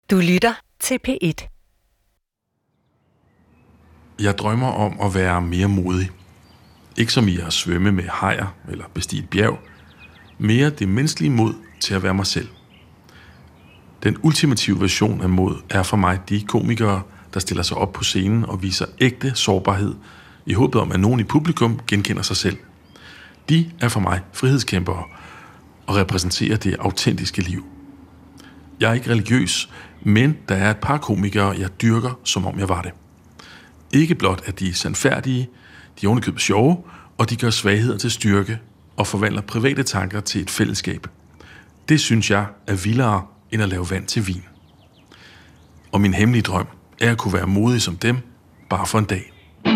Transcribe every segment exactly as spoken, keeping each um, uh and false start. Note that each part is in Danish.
Du lytter til P et. Jeg drømmer om at være mere modig. Ikke som i at svømme med hajer eller bestige et bjerg. Mere det menneskelige mod til at være mig selv. Den ultimative version af mod er for mig de komikere, der stiller sig op på scenen og viser ægte sårbarhed, i håbet om, at nogen i publikum genkender sig selv. De er for mig frihedskæmpere og repræsenterer det autentiske liv. Jeg er ikke religiøs, men der er et par komikere, jeg dyrker, som om jeg var det. Ikke blot at de er sandfærdige, de er ovenikøbet sjove, og de gør svagheder til styrke og forvandler private tanker til et fællesskab. Det synes jeg er vildere end at lave vand til vin. Og min hemmelige drøm er at kunne være modig som dem, bare for en dag.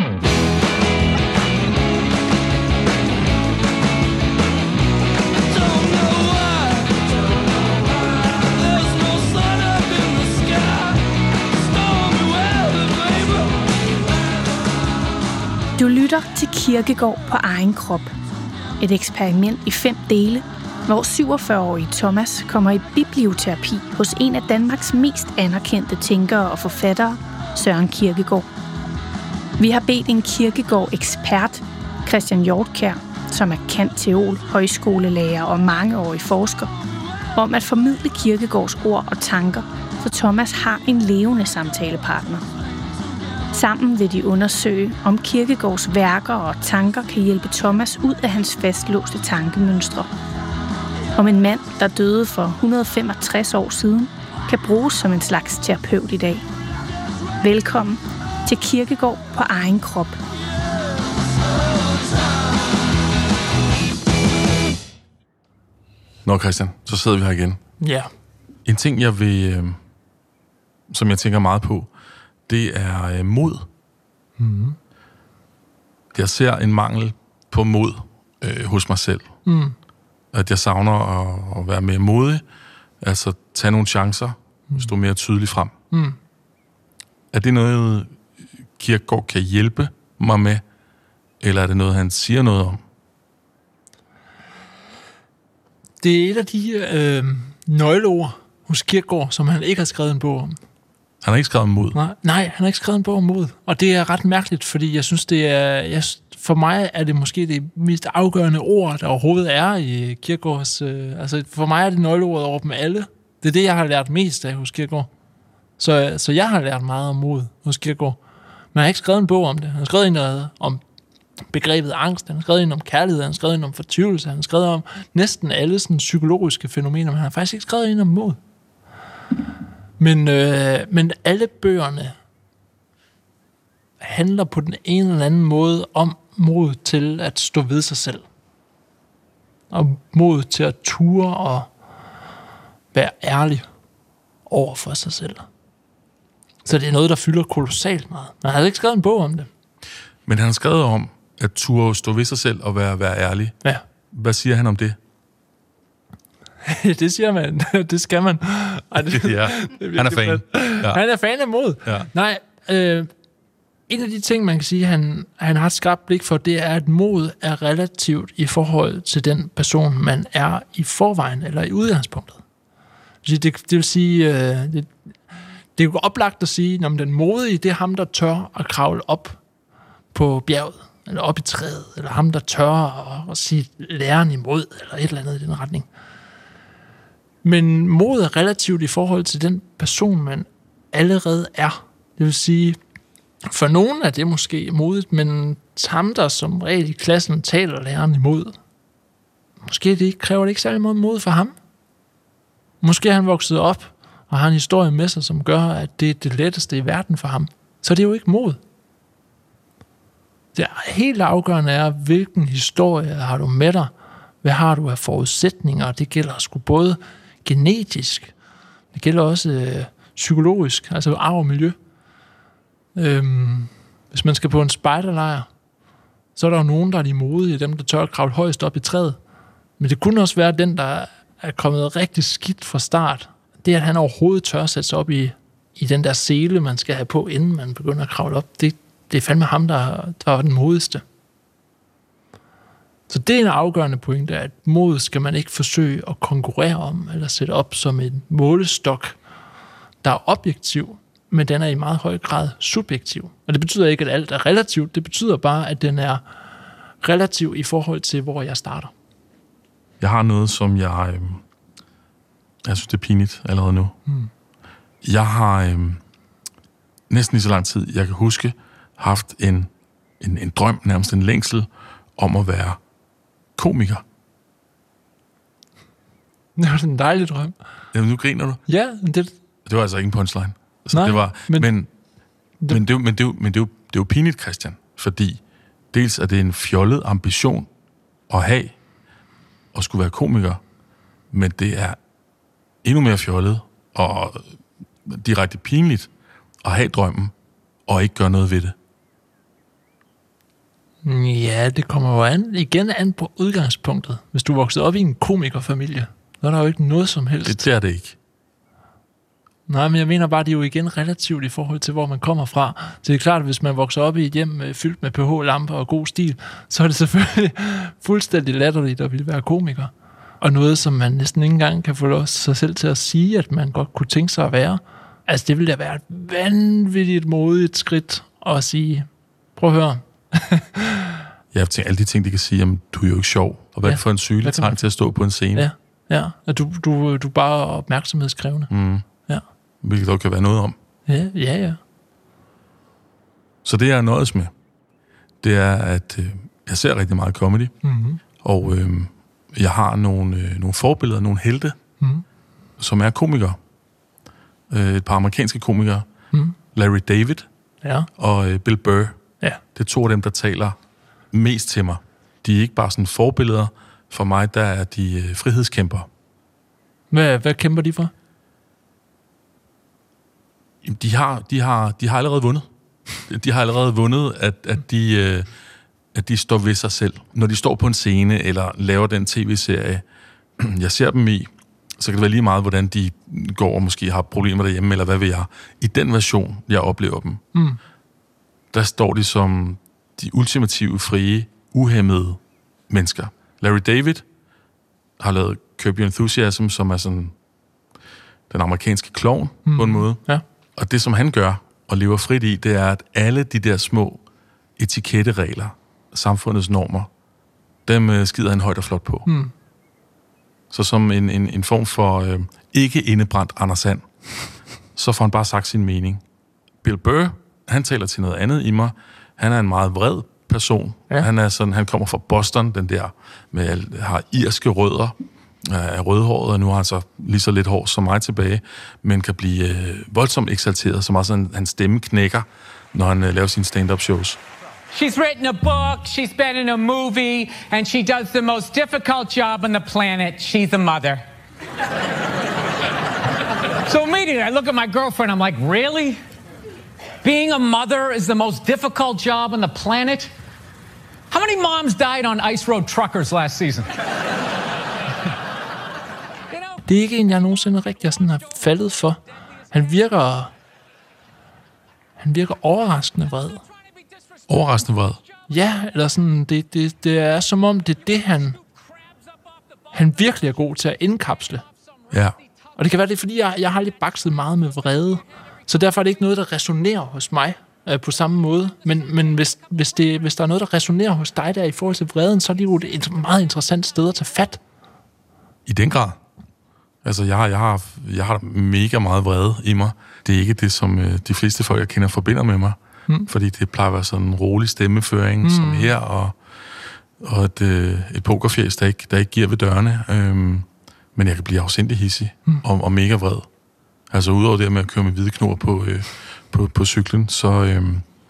Du lytter til Kierkegaard på egen krop. Et eksperiment i fem dele, hvor syvogfyrre-årige Thomas kommer i biblioterapi hos en af Danmarks mest anerkendte tænkere og forfattere, Søren Kierkegaard. Vi har bedt en Kierkegaard-ekspert, Christian Hjortkjær, som er cand.theol, højskolelærer og mangeårig forsker, om at formidle Kierkegaards ord og tanker, så Thomas har en levende samtalepartner. Sammen vil de undersøge, om Kierkegaards værker og tanker kan hjælpe Thomas ud af hans fastlåste tankemønstre. Om en mand, der døde for et hundrede og femogtres år siden, kan bruges som en slags terapeut i dag. Velkommen til Kierkegaard på egen krop. Nå Christian, så sidder vi her igen. Ja. En ting, jeg vil, øh, som jeg tænker meget på, det er øh, mod. Mm. Jeg ser en mangel på mod øh, hos mig selv. Mm. At jeg savner at, at være mere modig, altså tage nogle chancer, mm. stå mere tydeligt frem. Mm. Er det noget, Kierkegaard kan hjælpe mig med, eller er det noget, han siger noget om? Det er et af de øh, nøgleord hos Kierkegaard, som han ikke har skrevet en bog om. Han har ikke skrevet om mod? Nej, nej, han har ikke skrevet en bog om mod. Og det er ret mærkeligt, fordi jeg synes, det er... Jeg, for mig er det måske det mest afgørende ord, der overhovedet er i Kierkegaards... Øh, altså, for mig er det nøgleordet over dem alle. Det er det, jeg har lært mest af hos Kierkegaard. Så, så jeg har lært meget om mod hos Kierkegaard. Men han har ikke skrevet en bog om det. Han har skrevet en der om begrebet angst, han har skrevet en om kærlighed, han har skrevet en om fortvivlelse, han har skrevet om næsten alle sådan psykologiske fænomener, men han har faktisk ikke skrevet en om mod. Men, øh, men alle bøgerne handler på den ene eller anden måde om mod til at stå ved sig selv. Og mod til at ture og være ærlig over for sig selv. Så det er noget, der fylder kolossalt meget. Men han har ikke skrevet en bog om det. Men han har skrevet om at ture stå ved sig selv og være, være ærlig. Ja. Hvad siger han om det? Det siger man. Det skal man. Ej, det, ja. det Han er fan. Ja. Han er fan af mod. Ja. Nej, øh, en af de ting, man kan sige, han, han har et skarpt blik for, det er, at mod er relativt i forhold til den person, man er i forvejen, eller i udgangspunktet. Det, det vil sige, øh, det, det er jo oplagt at sige, at den modige, det er ham, der tør at kravle op på bjerget, eller op i træet, eller ham, der tør at, at sige læren imod, eller et eller andet i den retning. Men mod er relativt i forhold til den person, man allerede er. Det vil sige, for nogen er det måske modigt, men ham, der som regel i klassen taler læreren imod, måske det kræver det ikke særlig meget mod for ham. Måske er han vokset op og har en historie med sig, som gør, at det er det letteste i verden for ham. Så det er jo ikke mod. Det helt afgørende er, hvilken historie har du med dig? Hvad har du af forudsætninger? Det gælder sgu både genetisk, det gælder også øh, psykologisk, altså arv og miljø. Øhm, hvis man skal på en spejderlejr, så er der jo nogen, der er de modige, dem der tør at kravle højst op i træet. Men det kunne også være den, der er kommet rigtig skidt fra start. Det, at han overhovedet tør at sætte sig op i, i den der sele, man skal have på, inden man begynder at kravle op, det, det er fandme ham, der, der var den modigste. Så det er en afgørende pointe, at mod skal man ikke forsøge at konkurrere om, eller sætte op som en målestok der er objektiv, men den er i meget høj grad subjektiv. Og det betyder ikke, at alt er relativt. Det betyder bare, at den er relativ i forhold til, hvor jeg starter. Jeg har noget, som jeg... Øh, jeg synes, det er pinligt allerede nu. Hmm. Jeg har øh, næsten lige så lang tid, jeg kan huske, haft en, en, en drøm, nærmest en længsel, om at være komiker. Det var en dejlig drøm. Jamen, nu griner du. Ja, det... Det var altså ikke en punchline. Altså, Nej, det var, men... men, det... men, det, men, det, men det, er jo, det er jo pinligt, Christian, fordi dels er det en fjollet ambition at have, at skulle være komiker, men det er endnu mere fjollet og direkte pinligt at have drømmen og ikke gøre noget ved det. Ja, det kommer jo an, igen an på udgangspunktet. Hvis du voksede op i en komikerfamilie, så er der jo ikke noget som helst. Det, det er det ikke. Nej, men jeg mener bare, det er jo igen relativt i forhold til, hvor man kommer fra. Så det er klart, at hvis man vokser op i et hjem fyldt med P H-lamper og god stil, så er det selvfølgelig fuldstændig latterligt at ville være komiker. Og noget, som man næsten ikke engang kan få lov sig selv til at sige, at man godt kunne tænke sig at være. Altså, det ville da være et vanvittigt modigt skridt at sige, prøv at høre. Jeg tænker, alle de ting, de kan sige, jamen, du er jo ikke sjov. Og hvad ja. for en sygelig trang til at stå på en scene? Ja, ja. Og du, du, du er bare opmærksomhedskrævende. Mm. Ja. Hvilket der kan være noget om. Ja, ja, ja. Så det, jeg nøjes med, det er, at øh, jeg ser rigtig meget comedy. Mm-hmm. Og øh, jeg har nogle, øh, nogle forbilleder, nogle helte, mm. som er komikere. Øh, et par amerikanske komikere. Mm. Larry David ja. og øh, Bill Burr. Ja. Det er to af dem, der taler mest til mig. De er ikke bare sådan forbilleder. For mig, der er de øh, frihedskæmper. Hvad, hvad kæmper de for? De har, de har, de har allerede vundet. De har allerede vundet, at, at, de, øh, at de står ved sig selv. Når de står på en scene eller laver den tv-serie, jeg ser dem i, så kan det være lige meget, hvordan de går og måske har problemer derhjemme, eller hvad ved jeg. I den version, jeg oplever dem, mm. der står de som de ultimative, frie, uhæmmede mennesker. Larry David har lavet Curb Your Enthusiasm, som er sådan den amerikanske klovn mm. på en måde. Ja. Og det, som han gør og lever frit i, det er, at alle de der små etiketteregler, samfundets normer, dem øh, skider han højt og flot på. Mm. Så som en, en, en form for øh, ikke indebrændt Anders Sand, så får han bare sagt sin mening. Bill Burr, han taler til noget andet i mig. Han er en meget vred person. Ja. Han er sådan, han kommer fra Boston, den der med har irske rødder, er rødhåret, og nu har han så lige så lidt hår som mig tilbage, men kan blive øh, voldsomt eksalteret, så meget sådan, hans stemme knækker, når han øh, laver sine stand-up shows. She's written a book, she's been in a movie, and she does the most difficult job on the planet. She's a mother. So immediately I look at my girlfriend, I'm like, really? Being a mother is the most difficult job on the planet? How many moms died on Ice Road Truckers last season? Det er ikke en, jeg nogensinde rigtig sådan har faldet for. Han virker... Han virker overraskende vred. Overraskende vred? Ja, eller sådan... Det, det, det er som om, det er det, han... Han virkelig er god til at indkapsle. Ja. Og det kan være, det er, fordi jeg, jeg har lidt bakset meget med vrede. Så derfor er det ikke noget, der resonerer hos mig øh, på samme måde. Men, men hvis, hvis, det, hvis der er noget, der resonerer hos dig der i forhold til vreden, så er det jo et meget interessant sted at tage fat. I den grad. Altså, jeg har, jeg har, jeg har mega meget vrede i mig. Det er ikke det, som øh, de fleste folk, jeg kender, forbinder med mig. Mm. Fordi det plejer at være sådan en rolig stemmeføring, mm. som her, og, og et, øh, et pokerfjæs, der ikke, der ikke giver ved dørene. Øhm, men jeg kan blive afsindig hissig mm. og, og mega vred. Altså, udover det med at køre med hvide knor på, øh, på, på cyklen, så... Øh,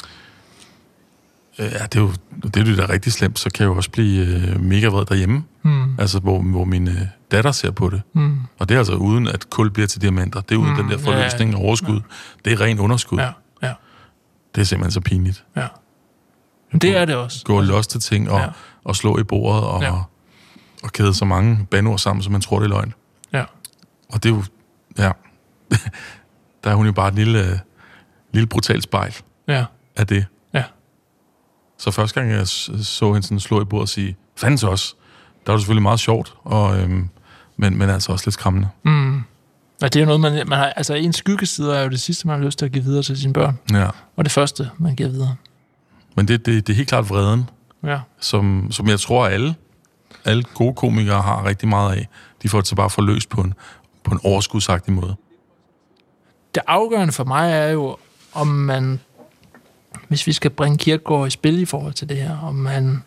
ja, det er jo det, er jo da rigtig slemt, så kan jeg jo også blive øh, mega vred derhjemme. Mm. Altså, hvor, hvor min øh, datter ser på det. Mm. Og det er altså uden, at kul bliver til diamanter. Det er uden mm. den der forløsning og ja, overskud. Ja. Det er ren underskud. Ja, ja. Det er simpelthen så pinligt. Ja. Det er det også. Gå og losse til ting og, ja. og slå i bordet og, ja. og kæde så mange bandord sammen, som man tror, det er løgn. Ja. Og det er jo... Ja. Der er hun jo bare et lille, lille brutalt spejl ja. af det. Ja. Så første gang, jeg så hende sådan slå i bordet og sige, fandens også, der var det selvfølgelig meget sjovt, og, øhm, men, men altså også lidt skræmmende. Mm. Og det er jo noget, man, man har... Altså, en skyggesider er jo det sidste, man har lyst til at give videre til sine børn. Ja. Og det første, man giver videre. Men det, det, det er helt klart vreden, ja. som, som jeg tror, alle, alle gode komikere har rigtig meget af. De får det så bare forløst på en, på en overskudsagtig måde. Det afgørende for mig er jo, om man... Hvis vi skal bringe Kierkegaard i spil i forhold til det her, om man...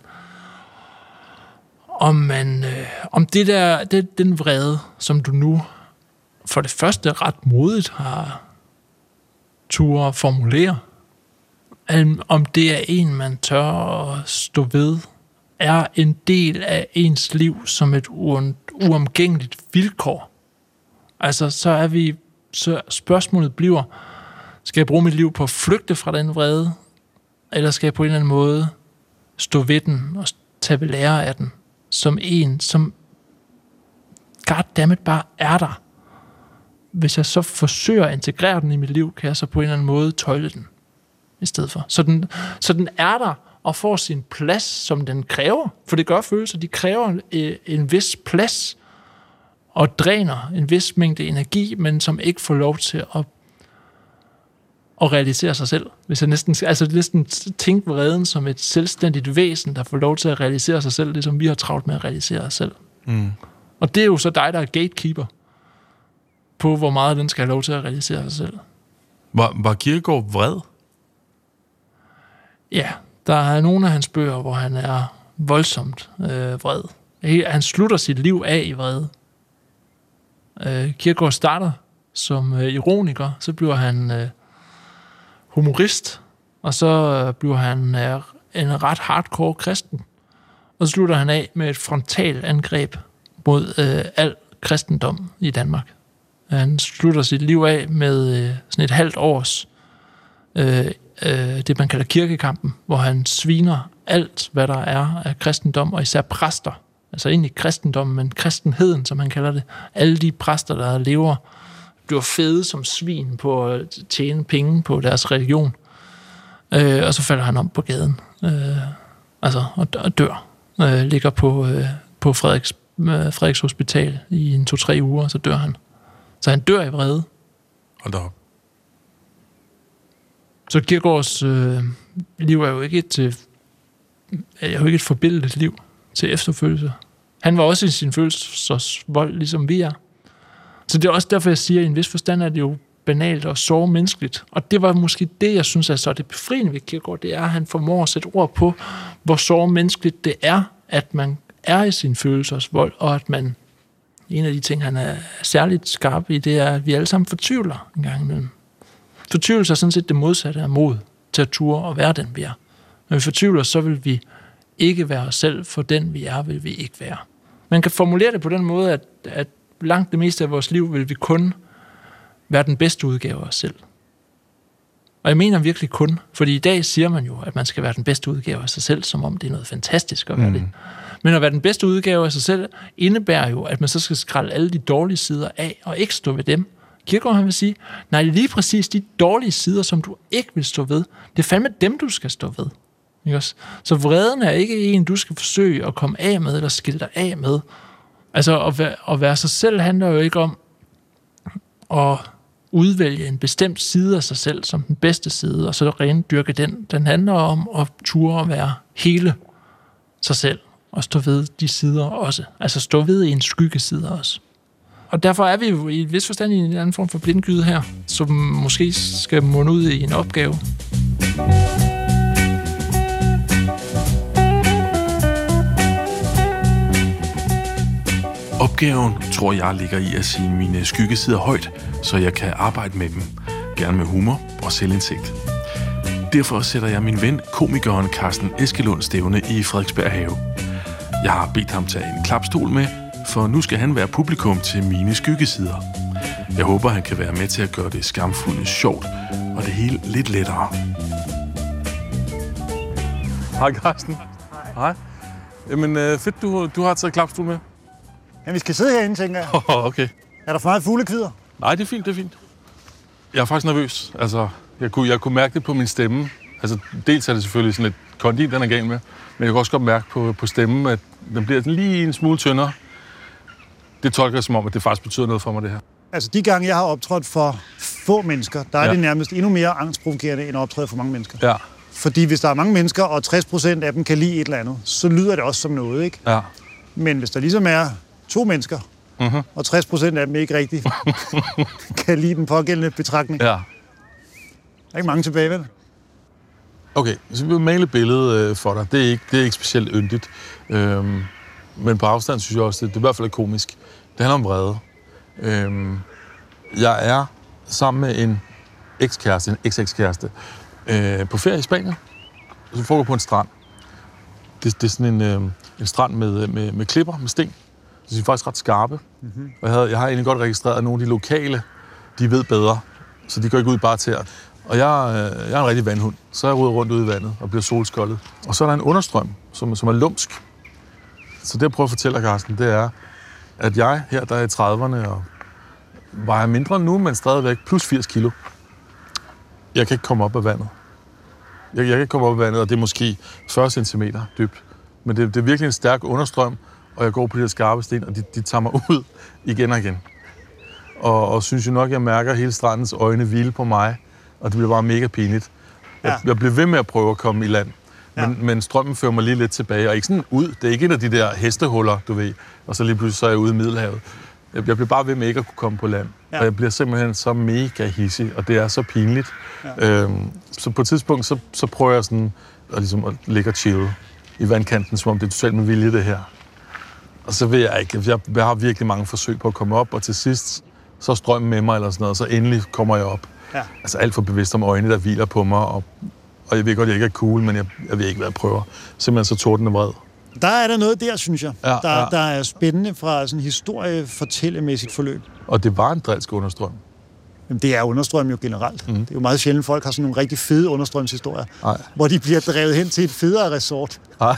Om man... Øh, om det der... Det, den vrede, som du nu... for det første ret modigt har turde formulere, om det er en, man tør at stå ved, er en del af ens liv som et uomgængeligt vilkår. Altså, så er vi, så spørgsmålet bliver, skal jeg bruge mit liv på at flygte fra den vrede, eller skal jeg på en eller anden måde stå ved den og tage ved lære af den, som en, som goddammit bare er der. Hvis jeg så forsøger at integrere den i mit liv, kan jeg så på en eller anden måde tøjle den i stedet for. Så den, så den er der og får sin plads, som den kræver. For det gør følelser, de kræver en vis plads og dræner en vis mængde energi, men som ikke får lov til at, at realisere sig selv. Hvis jeg næsten, altså næsten tænker vreden som et selvstændigt væsen, der får lov til at realisere sig selv, det som vi har travlt med at realisere os selv. Mm. Og det er jo så dig, der er gatekeeper på, hvor meget den skal have lov til at realisere sig selv. Var, var Kierkegaard vred? Ja, der er nogle af hans bøger, hvor han er voldsomt øh, vred. Han slutter sit liv af i vrede. Øh, Kierkegaard starter som øh, ironiker, så bliver han øh, humorist, og så øh, bliver han øh, en ret hardcore kristen. Og så slutter han af med et frontalt angreb mod øh, al kristendom i Danmark. Han slutter sit liv af med øh, sådan et halvt års øh, øh, det, man kalder kirkekampen, hvor han sviner alt, hvad der er af kristendom, og især præster. Altså egentlig kristendom, men kristenheden, som han kalder det. Alle de præster, der lever, bliver fede som svin på at tjene penge på deres religion. Øh, og så falder han om på gaden. Øh, altså, og, og dør. Øh, ligger på, øh, på Frederiks, øh, Frederiks Hospital i en to-tre uger, og så dør han. Så han dør i vrede. Hold da op. Så Kierkegaards øh, liv er jo ikke et, øh, er jo ikke et forbilledet liv til efterfølgelse. Han var også i sin følelsesvold, ligesom vi er. Så det er også derfor, jeg siger, at i en vis forstand er det jo banalt og såre menneskeligt. Og det var måske det, jeg synes er så det befriende ved Kierkegaard, det er, at han formår at sætte ord på, hvor såre menneskeligt det er, at man er i sin følelsesvold, og at man, en af de ting, han er særligt skarp i, det er, at vi alle sammen fortvivler en gang imellem. Fortvivlelse er sådan set det modsatte af mod til at ture og være den, vi er. Når vi fortvivler, så vil vi ikke være os selv, for den vi er, vil vi ikke være. Man kan formulere det på den måde, at, at langt det meste af vores liv vil vi kun være den bedste udgave af os selv. Og jeg mener virkelig kun, fordi i dag siger man jo, at man skal være den bedste udgave af sig selv, som om det er noget fantastisk at være mm. det. Men at være den bedste udgave af sig selv, indebærer jo, at man så skal skrælle alle de dårlige sider af, og ikke stå ved dem. Kierkegaard, han vil sige, nej, det er lige præcis de dårlige sider, som du ikke vil stå ved. Det er fandme dem, du skal stå ved. Ikke også? Så vreden er ikke en, du skal forsøge at komme af med, eller skille dig af med. Altså, at være, at være sig selv handler jo ikke om at udvælge en bestemt side af sig selv som den bedste side, og så rendyrke den. Den handler om at ture at være hele sig selv, og stå ved de sider også. Altså stå ved en skyggeside også. Og derfor er vi jo i et vis forstand i en anden form for blindgyde her, som måske skal munde ud i en opgave. Opgaven, tror jeg, ligger i at sige mine skyggesider højt, så jeg kan arbejde med dem. Gerne med humor og selvindsigt. Derfor sætter jeg min ven, komikeren Carsten Eskelund stævne i Frederiksberg Have. Jeg har bedt ham tage en klapstol med, for nu skal han være publikum til mine skyggesider. Jeg håber, han kan være med til at gøre det skamfulde sjovt, og det hele lidt lettere. Hej Carsten. Hej. Jamen fedt, du, du har taget klapstol med. Ja, vi skal sidde herinde, tænker jeg. Oh, okay. Er der for meget fuglekvider? Nej, det er fint, det er fint. Jeg er faktisk nervøs. Altså, jeg kunne, jeg kunne mærke det på min stemme. Altså, dels er det selvfølgelig sådan lidt kondit, den er gal med, men jeg kan også godt mærke på, på stemmen, at den bliver lige en smule tyndere. Det tolker jeg som om, at det faktisk betyder noget for mig, det her. Altså, de gange, jeg har optrådt for få mennesker, der er Ja. det nærmest endnu mere angstprovokerende, end at optræde for mange mennesker. Ja. Fordi hvis der er mange mennesker, og tres procent af dem kan lide et eller andet, så lyder det også som noget, ikke? Ja. Men hvis der ligesom er to mennesker, Mm-hmm. og tres procent af dem ikke rigtig kan lide den pågældende betragtning, Ja. der er ikke mange tilbage, vel? Okay, så vi vil male et billede øh, for dig. Det er ikke, det er ikke specielt yndigt. Øhm, men på afstand synes jeg også, det, det er i hvert fald komisk. Det handler om vrede. Øhm, jeg er sammen med en ekskæreste, en eks-ekskæreste, øh, på ferie i Spanien. Så foregår på en strand. Det, det er sådan en, øh, en strand med, med, med klipper, med sten. De er faktisk ret skarpe. Mm-hmm. Og jeg, havde, jeg har egentlig godt registreret, at nogle af de lokale, de ved bedre. Så de går ikke ud bare til at... Og jeg, øh, jeg er en rigtig vandhund, så jeg ruder rundt ude i vandet og bliver solskoldet. Og så er der en understrøm, som, som er lumsk. Så det, jeg prøver at fortælle dig, Carsten, det er, at jeg her, der er i trediverne, og vejer mindre nu, men stadigvæk plus firs kilo. Jeg kan ikke komme op af vandet. Jeg, jeg kan ikke komme op af vandet, og det er måske fyrre centimeter dybt. Men det, det er virkelig en stærk understrøm, og jeg går på de her skarpe sten, og de, de tager mig ud igen og igen. Og, og synes jo nok, jeg mærker hele strandens øjne hvile på mig, og det bliver bare mega pinligt. Jeg, Ja. jeg bliver ved med at prøve at komme i land, men, Ja. men strømmen fører mig lige lidt tilbage, og ikke sådan ud. Det er ikke en af de der hestehuller, du ved, og så lige pludselig så er jeg ude i Middelhavet. Jeg, jeg bliver bare ved med ikke at kunne komme på land, Ja. og jeg bliver simpelthen så mega hissig, og det er så pinligt. Ja. Øhm, så på et tidspunkt, så, så prøver jeg sådan at, ligesom at ligge og chille i vandkanten, som om det er totalt med vilje, det her. Og så ved jeg ikke, jeg, jeg har virkelig mange forsøg på at komme op, og til sidst, så er strømmen med mig eller sådan noget, og så endelig kommer jeg op. Ja. Altså alt for bevidst om øjne, der hviler på mig, og, og jeg ved godt, at jeg ikke er cool, men jeg, jeg ved ikke, hvad jeg prøver. Simpelthen så tordende vred. Der er der noget der, synes jeg, Ja, der, ja. der er spændende fra sådan historiefortællemæssigt forløb. Og det var en drilsk understrøm. Jamen, det er understrøm jo generelt. Mm. Det er jo meget sjældent, folk har sådan nogle rigtig fede understrømshistorier, Nej. hvor de bliver drevet hen til et federe resort. Nej.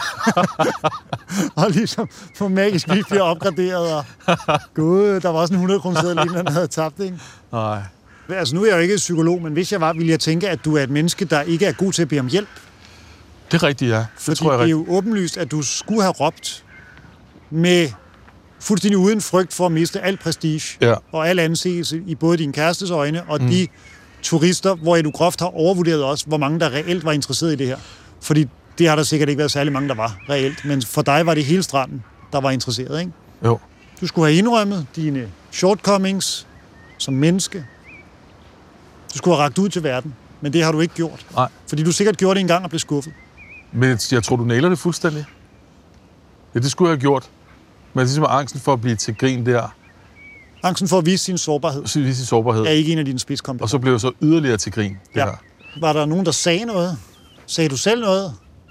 Og ligesom på magisk vis bliver opgraderet. Og gud, der var også en hundrede kroner seddel, han havde tabt, ikke? Nej. Altså, nu er jeg jo ikke psykolog, men hvis jeg var, ville jeg tænke, at du er et menneske, der ikke er god til at bede om hjælp. Det er rigtigt, ja. Det Fordi tror jeg det er rigtigt. jo åbenlyst, at du skulle have råbt med fuldstændig uden frygt for at miste al prestige Ja. og al anseelse i både din kærestes øjne og mm. de turister, hvor du groft har overvurderet også, hvor mange der reelt var interesseret i det her. Fordi det har der sikkert ikke været særlig mange, der var reelt. Men for dig var det hele stranden, der var interesseret, ikke? Jo. Du skulle have indrømmet dine shortcomings som menneske. Du skulle have rakt ud til verden, men det har du ikke gjort. Nej. Fordi du sikkert gjorde det engang og blev skuffet. Men jeg tror, du nailer det fuldstændig. Ja, det skulle jeg have gjort. Men ligesom angsten for at blive til grin der, Angsten for at vise sin sårbarhed så vise sin sårbarhed. er ikke en af dine Og spidskompetencer. så blev jeg så yderligere til grin, det Ja. her. Var der nogen, der sagde noget? Sagde du selv noget?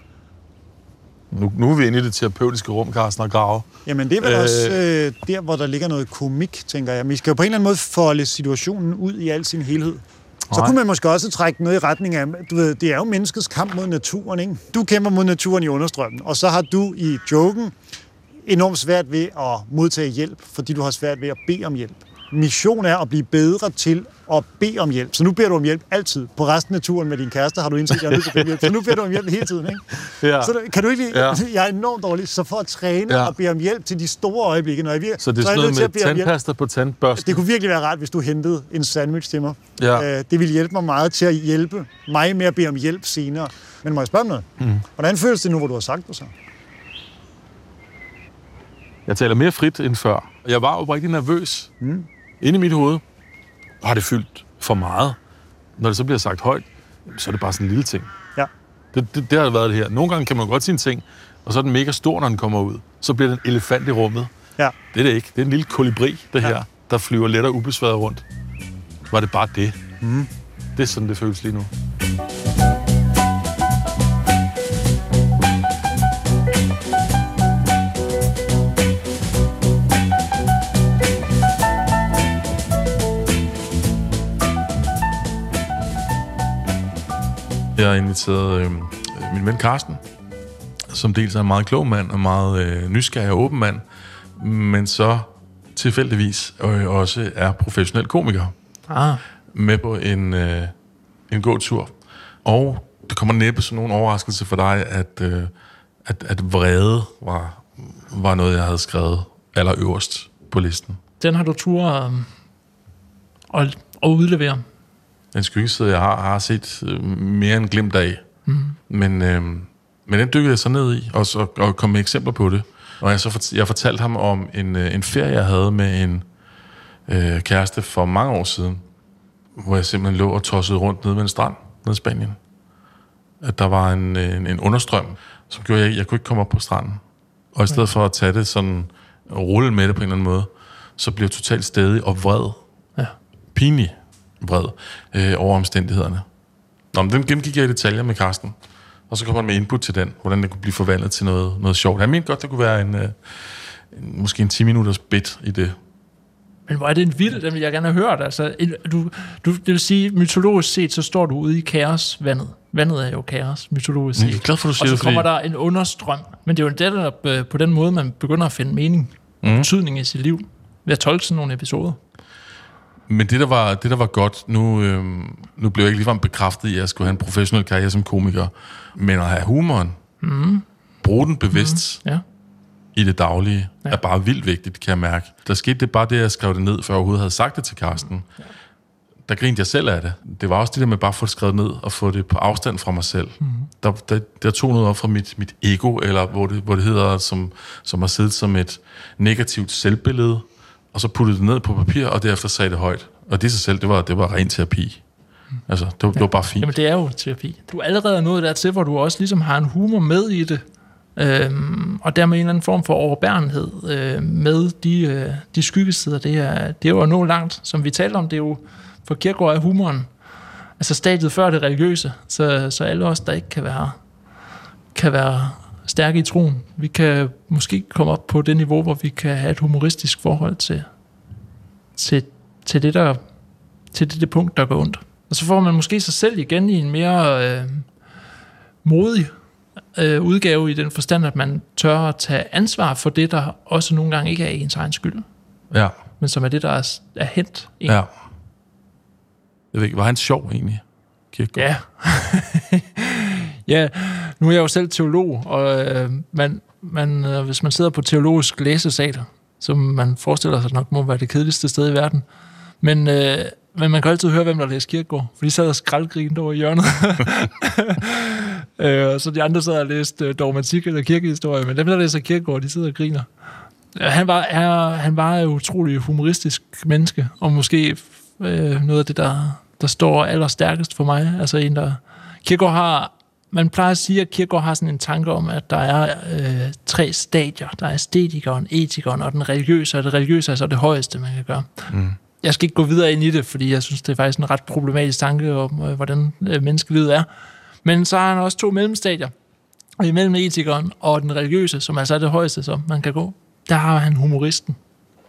Nu, nu er vi inde i det terapeutiske rum, Carsten, og grave. Jamen, det er vel Øh. øh... også øh, der, hvor der ligger noget komik, tænker jeg. Men vi skal jo på en eller anden måde folde situationen ud i al sin helhed. Så Nej. kunne man måske også trække noget i retning af, du ved, det er jo menneskets kamp mod naturen, ikke? Du kæmper mod naturen i understrømmen, og så har du i joken enormt svært ved at modtage hjælp, fordi du har svært ved at bede om hjælp. Mission er at blive bedre til at bede om hjælp. Så nu beder du om hjælp altid. På resten af turen med din kæreste har du indset, at jeg er nødt til at bede om hjælp. Så nu beder du om hjælp hele tiden, ikke? Ja. Så kan du ikke... Ja. Jeg er enormt dårlig, så for at træne Ja. ja. og bede om hjælp til de store øjeblikke, når jeg virker, Så det er så sådan jeg noget nødt til at med bede om hjælp. tandpasta på tandbørsten. Det kunne virkelig være rart, hvis du hentede en sandwich til mig. Ja. Øh, det ville hjælpe mig meget til at hjælpe mig med at bede om hjælp senere. Men må jeg spørge om noget? Mm. Hvordan føles det nu, hvor du har sagt det så? Jeg taler mere frit end før. Jeg var jo rigtig nervøs mm. inde i mit hoved. Har det fyldt for meget? Når det så bliver sagt højt, så er det bare sådan en lille ting. Ja. Det, det, det har været det her. Nogle gange kan man godt sige en ting, og så er den mega stor, når den kommer ud. Så bliver den elefant i rummet. Ja. Det er det ikke. Det er en lille kolibri, det her, Ja. der flyver let og ubesværet rundt. Var det bare det? Mm. Det er sådan, det føles lige nu. Jeg har inviteret øh, min ven Carsten, som dels er en meget klog mand og meget øh, nysgerrig og åben mand, men så tilfældigvis øh, også er professionel komiker, Ah, med på en, øh, en god tur. Og det kommer næppe som nogen overraskelse for dig, at, øh, at, at vrede var, var noget, jeg havde skrevet allerøverst på listen. den har du tur um, og, og udlevere. Den skyggeside, jeg har, har set øh, mere end glimt af. Mm. Men, øh, men den dykkede jeg så ned i, og, så, og kom med eksempler på det. Og jeg, så fort, jeg fortalte ham om en, en ferie, jeg havde med en øh, kæreste for mange år siden, hvor jeg simpelthen lå og tossede rundt nede ved en strand, nede i Spanien. At der var en, en, en understrøm, som gjorde, at jeg, jeg kunne ikke komme op på stranden. Og i stedet for at tage det sådan, og rulle med det på en eller anden måde, så blev jeg totalt stædig og vred. Ja. Pinlig vred øh, over omstændighederne. Nå, men den gennemgik jeg i detaljer med Karsten. Og så kom han med input til den, hvordan det kunne blive forvandlet til noget, noget sjovt. Han mente godt, der kunne være en, øh, en måske en ti minutters bit i det. Men hvor er det en vild, den vil jeg gerne have hørt. Altså, du, du, det vil sige, mytologisk set, så står du ude i kaosvandet. Vandet er jo kaos, mytologisk set. Jeg er glad for, du siger og så det, kommer fordi... der en understrøm. Men det er jo netop på den måde, man begynder at finde mening, mm. betydning i sit liv, ved at tolke sådan nogle episoder. Men det, der var, det, der var godt, nu, øhm, nu blev jeg ikke ligefrem bekræftet i, at jeg skulle have en professionel karriere som komiker, men at have humoren, mm. bruge den bevidst mm. ja. i det daglige, ja. er bare vildt vigtigt, kan jeg mærke. Der skete det bare det, jeg skrev det ned, før jeg overhovedet havde sagt det til Karsten. Ja. Der grinede jeg selv af det. Det var også det der med bare at få det skrevet ned og få det på afstand fra mig selv. Mm. Der, der, der tog noget op fra mit, mit ego, eller hvor det, hvor det hedder, som, som har siddet som et negativt selvbillede, og så puttede det ned på papir, og derefter sagde det højt. Og det sig selv, det var, det var ren terapi. Altså, det var, ja. det var bare fint. Jamen, det er jo terapi. Du er allerede nået dertil, hvor du også ligesom har en humor med i det, øhm, og dermed en eller anden form for overbærenhed øh, med de, øh, de skyggesider. Det er, det er jo at nå langt, som vi talte om. Det er jo, for Kierkegaard er humoren, altså stadiet før det religiøse, så, så alle os, der ikke kan være, kan være stærke i troen, vi kan måske komme op på det niveau, hvor vi kan have et humoristisk forhold til, til, til, det, der, til det, det punkt, der går ondt. Og så får man måske sig selv igen i en mere øh, modig øh, udgave i den forstand, at man tør at tage ansvar for det, der også nogle gange ikke er ens egen skyld. Ja. Men som er det, der er, er hent. Ja. Jeg ved ikke, var han sjov egentlig? Kierkegaard? Ja. Ja, nu er jeg jo selv teolog, og øh, man, man, øh, hvis man sidder på teologisk læsesal, som man forestiller sig nok må være det kedeligste sted i verden, men, øh, men man kan altid høre, hvem der læser Kierkegaard, for de sad og skraldgrinede over i hjørnet. øh, og så de andre sad og læste dogmatik eller kirkehistorie, men dem, der læser Kierkegaard, de sidder og griner. Han var, er, han var et utrolig humoristisk menneske, og måske øh, noget af det, der, der står allerstærkest for mig. Altså en, der... Kierkegaard har... Man plejer at sige, at Kierkegaard har sådan en tanke om, at der er øh, tre stadier. Der er æstetikeren, etikeren og den religiøse, og det religiøse er så det højeste, man kan gøre. Mm. Jeg skal ikke gå videre ind i det, fordi jeg synes, det er faktisk en ret problematisk tanke om, øh, hvordan øh, menneskelivet er. Men så har han også to mellemstadier. Og imellem etikeren og den religiøse, som altså er det højeste, som man kan gå, der har han humoristen.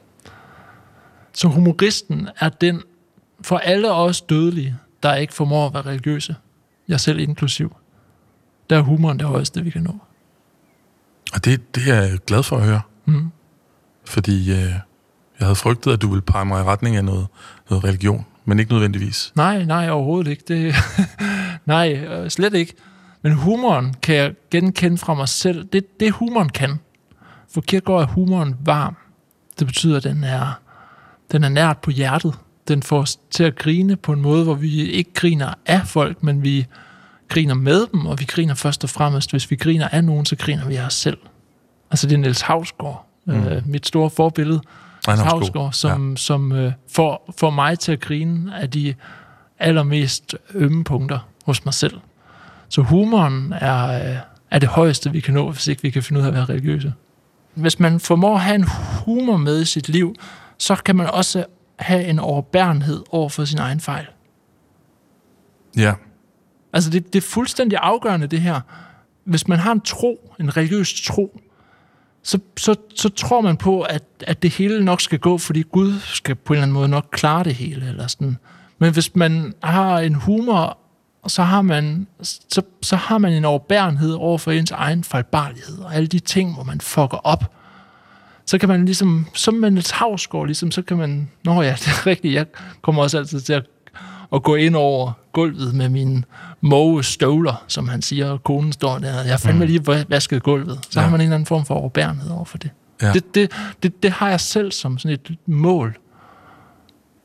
Så humoristen er den for alle os dødelige, der ikke formår at være religiøse. Jeg selv inklusiv. Der er humoren det højeste, vi kan nå. Og det, det er jeg glad for at høre. Mm. Fordi øh, jeg havde frygtet, at du ville pege mig i retning af noget, noget religion, men ikke nødvendigvis. Nej, nej, overhovedet ikke. Det, nej, øh, slet ikke. Men humoren kan jeg genkende fra mig selv. Det, det humoren kan. For Kierkegaard er humoren varm. Det betyder, at den er, den er nært på hjertet. Den får os til at grine på en måde, hvor vi ikke griner af folk, men vi griner med dem, og vi griner først og fremmest. Hvis vi griner af nogen, så griner vi af os selv. Altså det er Niels Hausgaard, mm. øh, mit store forbillede. Niels Hausgaard, som, ja. som øh, får, får mig til at grine af de allermest ømme punkter hos mig selv. Så humoren er, øh, er det højeste, vi kan nå, hvis ikke vi kan finde ud af at være religiøse. Hvis man formår at have en humor med i sit liv, så kan man også have en overbærenhed over for sin egen fejl. Ja. Altså det, det er fuldstændig afgørende det her. Hvis man har en tro, en religiøs tro, så, så, så tror man på, at, at det hele nok skal gå, fordi Gud skal på en eller anden måde nok klare det hele. Eller sådan. Men hvis man har en humor, så har man, så, så har man en overbærenhed over for ens egen fejlbarlighed, og alle de ting, hvor man fucker op. Så kan man ligesom, som med Niels Hausgaard, ligesom, så kan man, nå ja, det er rigtigt, jeg kommer også altid til at, at gå ind over gulvet med mine måge støvler, som han siger, og konen står der, jeg fandme lige vasket gulvet. Så ja. Har man en eller anden form for overbærenhed over for det. Ja. Det, det, det. Det har jeg selv som sådan et mål.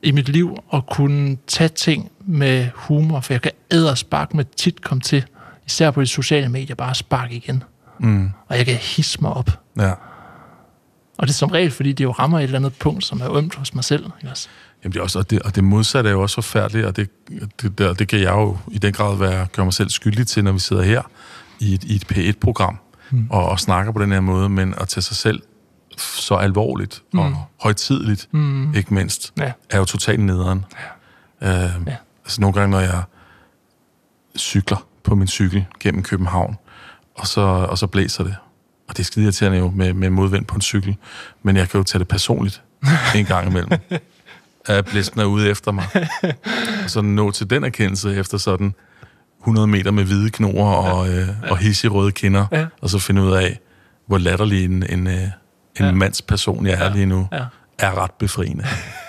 i mit liv at kunne tage ting med humor, for jeg kan æderspark med tit komme til, især på de sociale medier, bare sparke igen. Mm. Og jeg kan hisse mig op. Ja. Og det er som regel, fordi det jo rammer et eller andet punkt, som er ømt hos mig selv. Ikke også? Jamen det er også, og, det, og det modsatte er jo også forfærdeligt, og det, det, det, det kan jeg jo i den grad være, gøre mig selv skyldig til, når vi sidder her i et, i et P et-program mm. og, og snakker på den her måde, men at tage sig selv så alvorligt mm. og højtideligt, mm. ikke mindst, ja. er jo totalt nederen. Ja. Øh, ja. Altså nogle gange, når jeg cykler på min cykel gennem København, og så, og så blæser det, og det er skide irriterende jo med, med modvind på en cykel, men jeg kan jo tage det personligt en gang imellem. At blæsten er ude efter mig. Og så nå til den erkendelse efter sådan hundrede meter med hvide knoger og, øh, og hissige røde kinder, ja. og så finde ud af, hvor latterlig en, en, en ja. mands person jeg er ja. lige nu, ja. er ret befriende.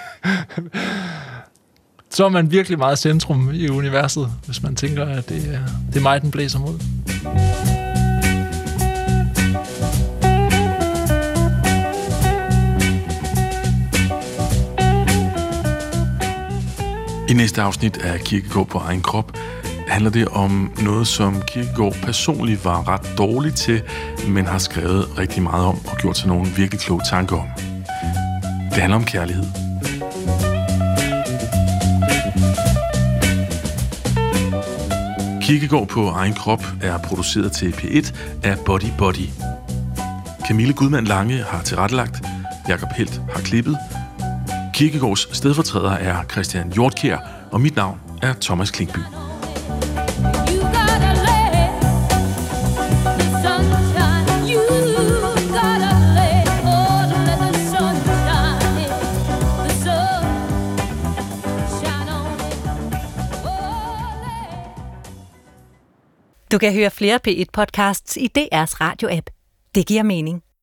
Så er man virkelig meget centrum i universet, hvis man tænker, at det er, det er mig, den blæser mod. I næste afsnit af Kierkegaard på egen krop handler det om noget, som Kierkegaard personligt var ret dårlig til, men har skrevet rigtig meget om og gjort sig nogle virkelig kloge tanker om. Det handler om kærlighed. Kierkegaard på egen krop er produceret til P et af Body Body. Camille Gudmand Lange har tilrettelagt, Jakob Helt har klippet. Kierkegaards stedfortræder er Christian Hjortkjær, og mit navn er Thomas Klinkby. Du kan høre flere P et podcasts i D R's radio-app. Det giver mening.